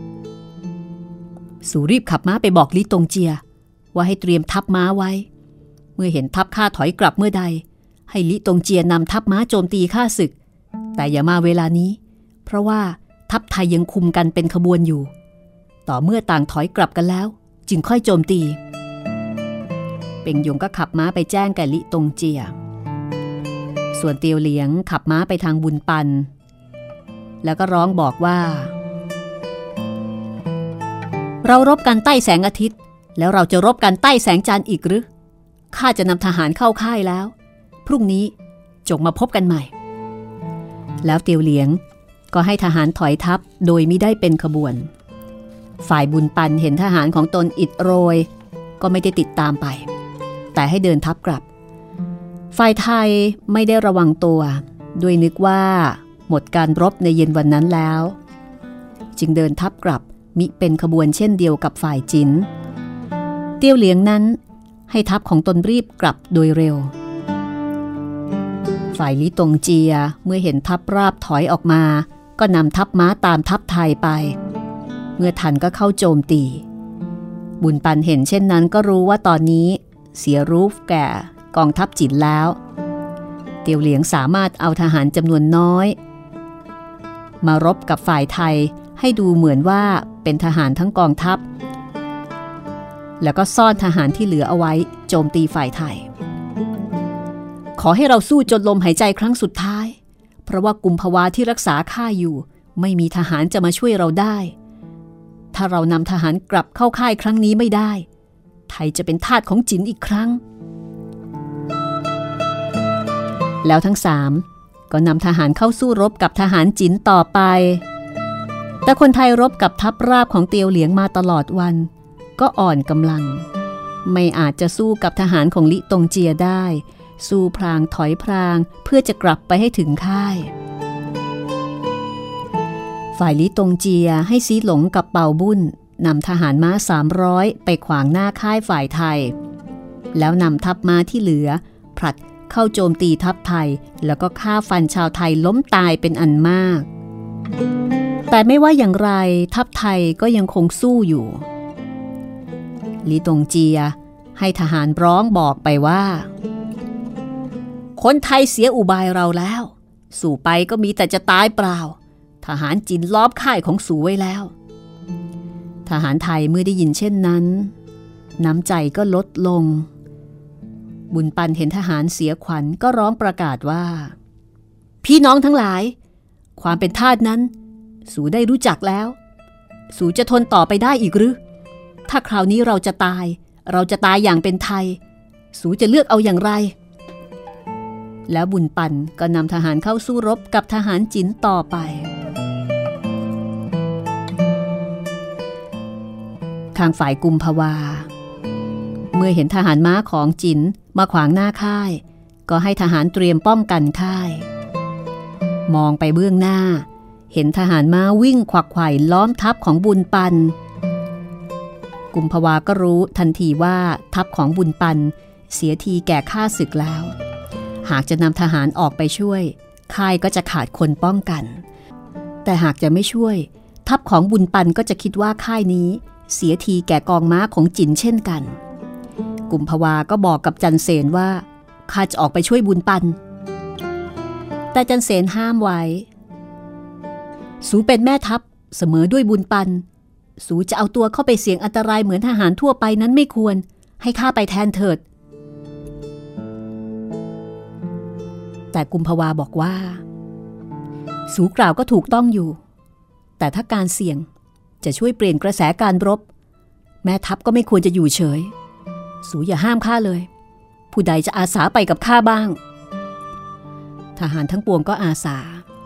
Speaker 2: สูรีบขับม้าไปบอกลี่ตงเจียว่าให้เตรียมทัพม้าไว้เมื่อเห็นทัพข้าถอยกลับเมื่อใดให้ลี่ตงเจียนำทัพม้าโจมตีข้าศึกแต่อย่ามาเวลานี้เพราะว่าทัพไทยยังคุมกันเป็นขบวนอยู่ต่อเมื่อต่างถอยกลับกันแล้วจึงค่อยโจมตีเป็งหยงก็ขับม้าไปแจ้งแก่ลี่ตงเจียส่วนเตียวเหลียงขับม้าไปทางบุญปันแล้วก็ร้องบอกว่าเรารบกันใต้แสงอาทิตย์แล้วเราจะรบกันใต้แสงจันทร์อีกหรือข้าจะนำทหารเข้าค่ายแล้วพรุ่งนี้จงมาพบกันใหม่แล้วเตียวเหลียงก็ให้ทหารถอยทัพโดยมิได้เป็นขบวนฝ่ายบุญปันเห็นทหารของตนอิดโรยก็ไม่ได้ติดตามไปแต่ให้เดินทัพกลับฝ่ายไทยไม่ได้ระวังตัวด้วยนึกว่าหมดการรบในเย็นวันนั้นแล้วจึงเดินทัพกลับมิเป็นขบวนเช่นเดียวกับฝ่ายจินเตียวเหลียงนั้นให้ทัพของตนรีบกลับโดยเร็วฝ่ายลี่ตงเจียเมื่อเห็นทัพราบถอยออกมาก็นำทัพม้าตามทัพไทยไปเมื่อทันก็เข้าโจมตีบุญปันเห็นเช่นนั้นก็รู้ว่าตอนนี้เสียรูปแก่กองทัพจินแล้วเตียวเหลียงสามารถเอาทหารจำนวนน้อยมารบกับฝ่ายไทยให้ดูเหมือนว่าเป็นทหารทั้งกองทัพแล้วก็ซ่อนทหารที่เหลือเอาไว้โจมตีฝ่ายไทยขอให้เราสู้จนลมหายใจครั้งสุดท้ายเพราะว่ากุมภาวาที่รักษาข้าอยู่ไม่มีทหารจะมาช่วยเราได้ถ้าเรานำทหารกลับเข้าค่ายครั้งนี้ไม่ได้ไทยจะเป็นทาสของจินอีกครั้งแล้วทั้งสามก็นำทหารเข้าสู้รบกับทหารจินต่อไปแต่คนไทยรบกับทัพราบของเตียวเหลียงมาตลอดวันก็อ่อนกำลังไม่อาจจะสู้กับทหารของลี่ตงเจียได้สู้พลางถอยพลางเพื่อจะกลับไปให้ถึงค่ายฝ่ายลี่ตงเจียให้ซีหลงกับเป่าบุญนำทหารม้า300ไปขวางหน้าค่ายฝ่ายไทยแล้วนำทัพม้าที่เหลือผลัดเข้าโจมตีทัพไทยแล้วก็ฆ่าฟันชาวไทยล้มตายเป็นอันมากแต่ไม่ว่าอย่างไรทัพไทยก็ยังคงสู้อยู่ลี่ตงเจียให้ทหารร้องบอกไปว่าคนไทยเสียอุบายเราแล้วสู่ไปก็มีแต่จะตายเปล่าทหารจีนล้อมค่ายของสูไว้แล้วทหารไทยเมื่อได้ยินเช่นนั้นน้ำใจก็ลดลงบุญปันเห็นทหารเสียขวัญก็ร้องประกาศว่าพี่น้องทั้งหลายความเป็นทาสนั้นสูได้รู้จักแล้วสูจะทนต่อไปได้อีกหรือถ้าคราวนี้เราจะตายอย่างเป็นไทยสูจะเลือกเอาอย่างไรแล้วบุญปันก็นำทหารเข้าสู้รบกับทหารจีนต่อไปทางฝ่ายกุมภาวาเมื่อเห็นทหารม้าของจีนมาขวางหน้าค่ายก็ให้ทหารเตรียมป้องกันค่ายมองไปเบื้องหน้าเห็นทหารม้าวิ่งขวักไขว่ล้อมทัพของบุญปันกุมภาวาก็รู้ทันทีว่าทัพของบุญปันเสียทีแก่ข้าศึกแล้วหากจะนำทหารออกไปช่วยค่ายก็จะขาดคนป้องกันแต่หากจะไม่ช่วยทัพของบุญปันก็จะคิดว่าค่ายนี้เสียทีแก่กองม้าของจินเช่นกันกุมภาวาก็บอกกับจันเสนว่าข้าจะออกไปช่วยบุญปันแต่จันเสนห้ามไว้สูเป็นแม่ทัพเสมอด้วยบุญปันสูจะเอาตัวเข้าไปเสี่ยงอันตรายเหมือนทหารทั่วไปนั้นไม่ควรให้ข้าไปแทนเถิดแต่กุมภาวาบอกว่าสูกล่าวก็ถูกต้องอยู่แต่ถ้าการเสี่ยงจะช่วยเปลี่ยนกระแสการรบแม่ทัพก็ไม่ควรจะอยู่เฉยสูอย่าห้ามข้าเลยผู้ใดจะอาสาไปกับข้าบ้างทหารทั้งปวงก็อาสา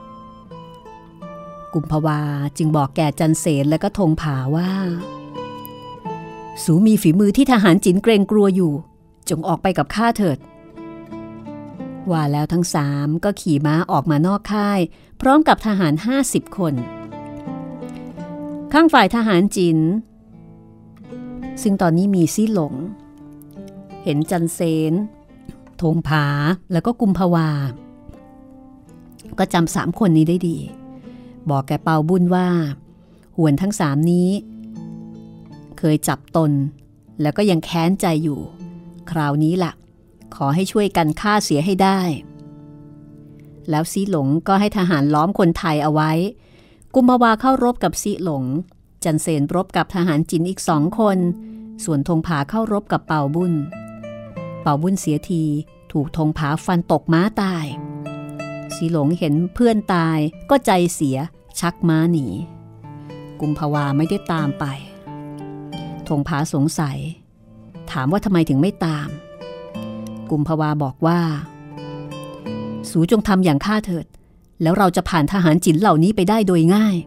Speaker 2: กุมภาวาจึงบอกแก่จันเสนและก็ธงผาว่าสูมีฝีมือที่ทหารจีนเกรงกลัวอยู่จงออกไปกับข้าเถิดว่าแล้วทั้งสามก็ขี่ม้าออกมานอกค่ายพร้อมกับทหาร50 คนข้างฝ่ายทหารจีนซึ่งตอนนี้มีซี่หลงเห็นจันเสนธงผาแล้วก็กุมภาวาก็จำ3 คนนี้ได้ดีบอกแกเปาบุญว่าหวนทั้ง3นี้เคยจับตนแล้วก็ยังแค้นใจอยู่คราวนี้ล่ะขอให้ช่วยกันฆ่าเสียให้ได้แล้วซีหลงก็ให้ทหารล้อมคนไทยเอาไว้กุมภาวาเข้ารบกับซีหลงจันเสนรบกับทหารจีนอีก2 คนส่วนธงผาเข้ารบกับเปาบุญเสียทีถูกธงผาฟันตกม้าตายซีหลงเห็นเพื่อนตายก็ใจเสียชักม้าหนีกุมภาวาไม่ได้ตามไปธงผาสงสัยถามว่าทำไมถึงไม่ตามกุมภาวาบอกว่าสูจงทำอย่างข้าเถิดแล้วเราจะผ่านทหารจีนเหล่านี้ไปได้โดยง่าย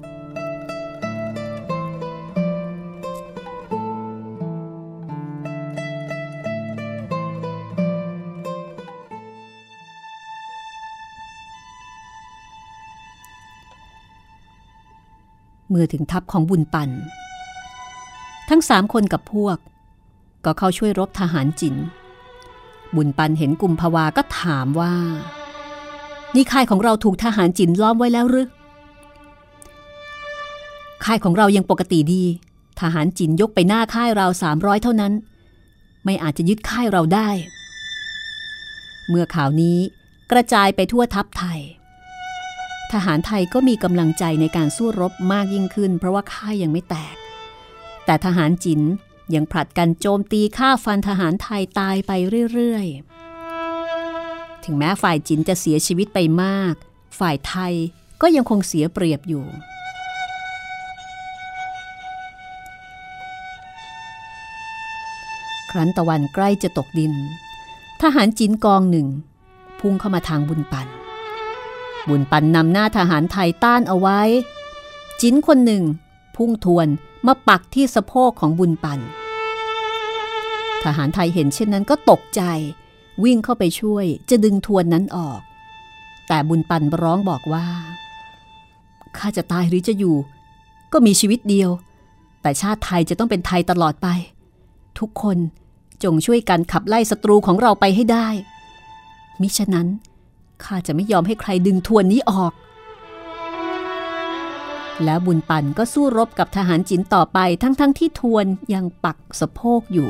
Speaker 2: เมื่อถึงทัพของบุญปันทั้ง3 คนกับพวกก็เข้าช่วยรบทหารจีนบุญปันเห็นกุมภาวาก็ถามว่านี่ค่ายของเราถูกทหารจีนล้อมไว้แล้วหรือค่ายของเรายังปกติดีทหารจีนยกไปหน้าค่ายเรา300เท่านั้นไม่อาจจะยึดค่ายเราได้เมื่อข่าวนี้กระจายไปทั่วทัพไทยทหารไทยก็มีกำลังใจในการสู้รบมากยิ่งขึ้นเพราะว่าค่ายยังไม่แตกแต่ทหารจีนยังผลัดกันโจมตีฆ่าฟันทหารไทยตายไปเรื่อยๆถึงแม้ฝ่ายจีนจะเสียชีวิตไปมากฝ่ายไทยก็ยังคงเสียเปรียบอยู่ครั้นตะวันใกล้จะตกดินทหารจีนกองหนึ่งพุ่งเข้ามาทางบุญปันนำหน้าทหารไทยต้านเอาไว้จีนคนหนึ่งพุ่งทวนมาปักที่สะโพกของบุญปันทหารไทยเห็นเช่นนั้นก็ตกใจวิ่งเข้าไปช่วยจะดึงทวนนั้นออกแต่บุญปันร้องบอกว่าข้าจะตายหรือจะอยู่ก็มีชีวิตเดียวแต่ชาติไทยจะต้องเป็นไทยตลอดไปทุกคนจงช่วยกันขับไล่ศัตรูของเราไปให้ได้มิฉะนั้นข้าจะไม่ยอมให้ใครดึงทวนนี้ออกแล้วบุญปันก็สู้รบกับทหารจีนต่อไปทั้งที่ทวนยังปักสะโพกอยู่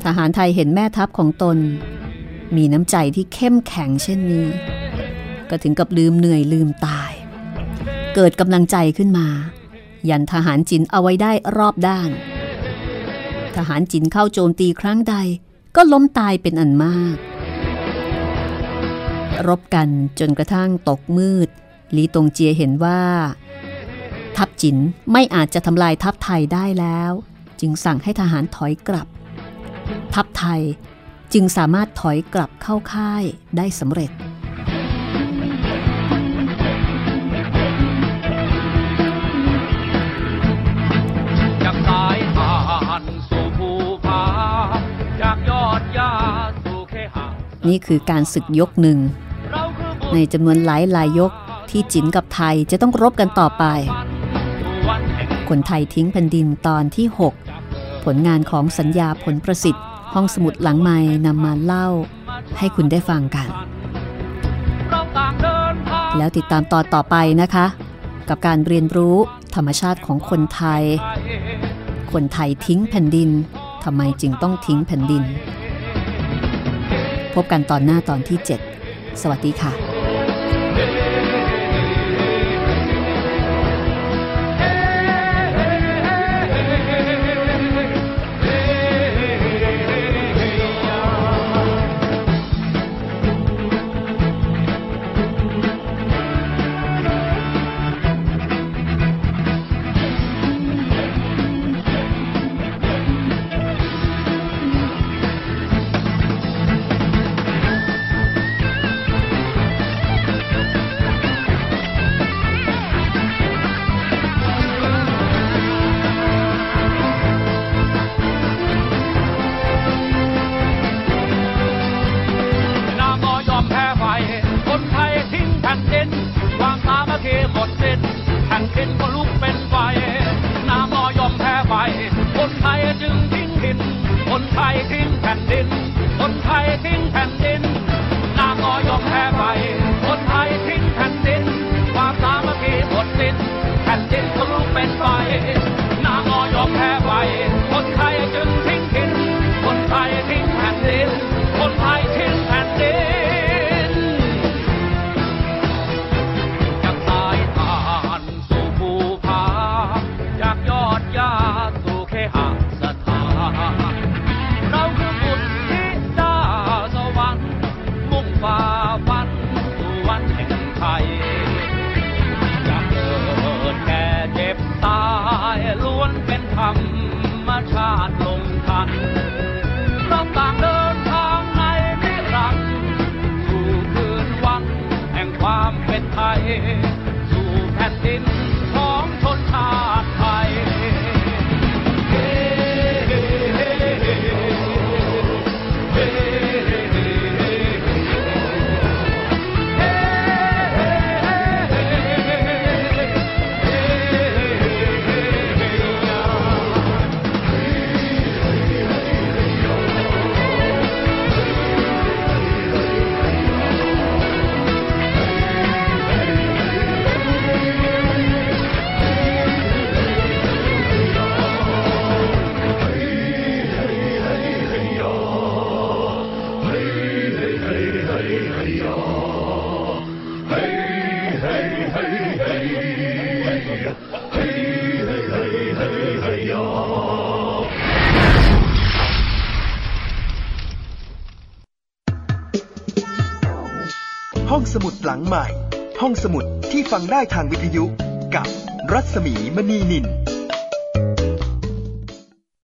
Speaker 2: หารไทยเห็นแม่ทัพของตนมีน้ำใจที่เข้มแข็งเช่นนี้ก็ถึงกับลืมเหนื่อยลืมตายเกิดกำลังใจขึ้นมายันทหารจีนเอาไว้ได้รอบด้านทหารจีนเข้าโจมตีครั้งใดก็ล้มตายเป็นอันมากรบกันจนกระทั่งตกมืดลีตงเจียเห็นว่าทัพจีนไม่อาจจะทำลายทัพไทยได้แล้วจึงสั่งให้ทหารถอยกลับทัพไทยจึงสามารถถอยกลับเข้าค่ายได้สำเร็จ
Speaker 4: จากสายทานสู่ภูผาจากยอดหญ้าสู่เคหะ
Speaker 2: นี่คือการศึกยกหนึ่งในจำนวนหลายยกที่จีนกับไทยจะต้องรบกันต่อไปคนไทยทิ้งแผ่นดินตอนที่ 6 ผลงานของสัญญาผลประสิทธิ์ห้องสมุดหลังไมค์นำมาเล่าให้คุณได้ฟังกันแล้วติดตามตอนต่อไปนะคะกับการเรียนรู้ธรรมชาติของคนไทยคนไทยทิ้งแผ่นดินทำไมจึงต้องทิ้งแผ่นดินพบกันตอนหน้าตอนที่ 7 สวัสดีค่ะ
Speaker 4: สู่แผ่นดินของชนชาติไทย
Speaker 1: ห้องสมุดหลังใหม่ห้องสมุดที่ฟังได้ทางวิทยุกับรัศมีมณีนิน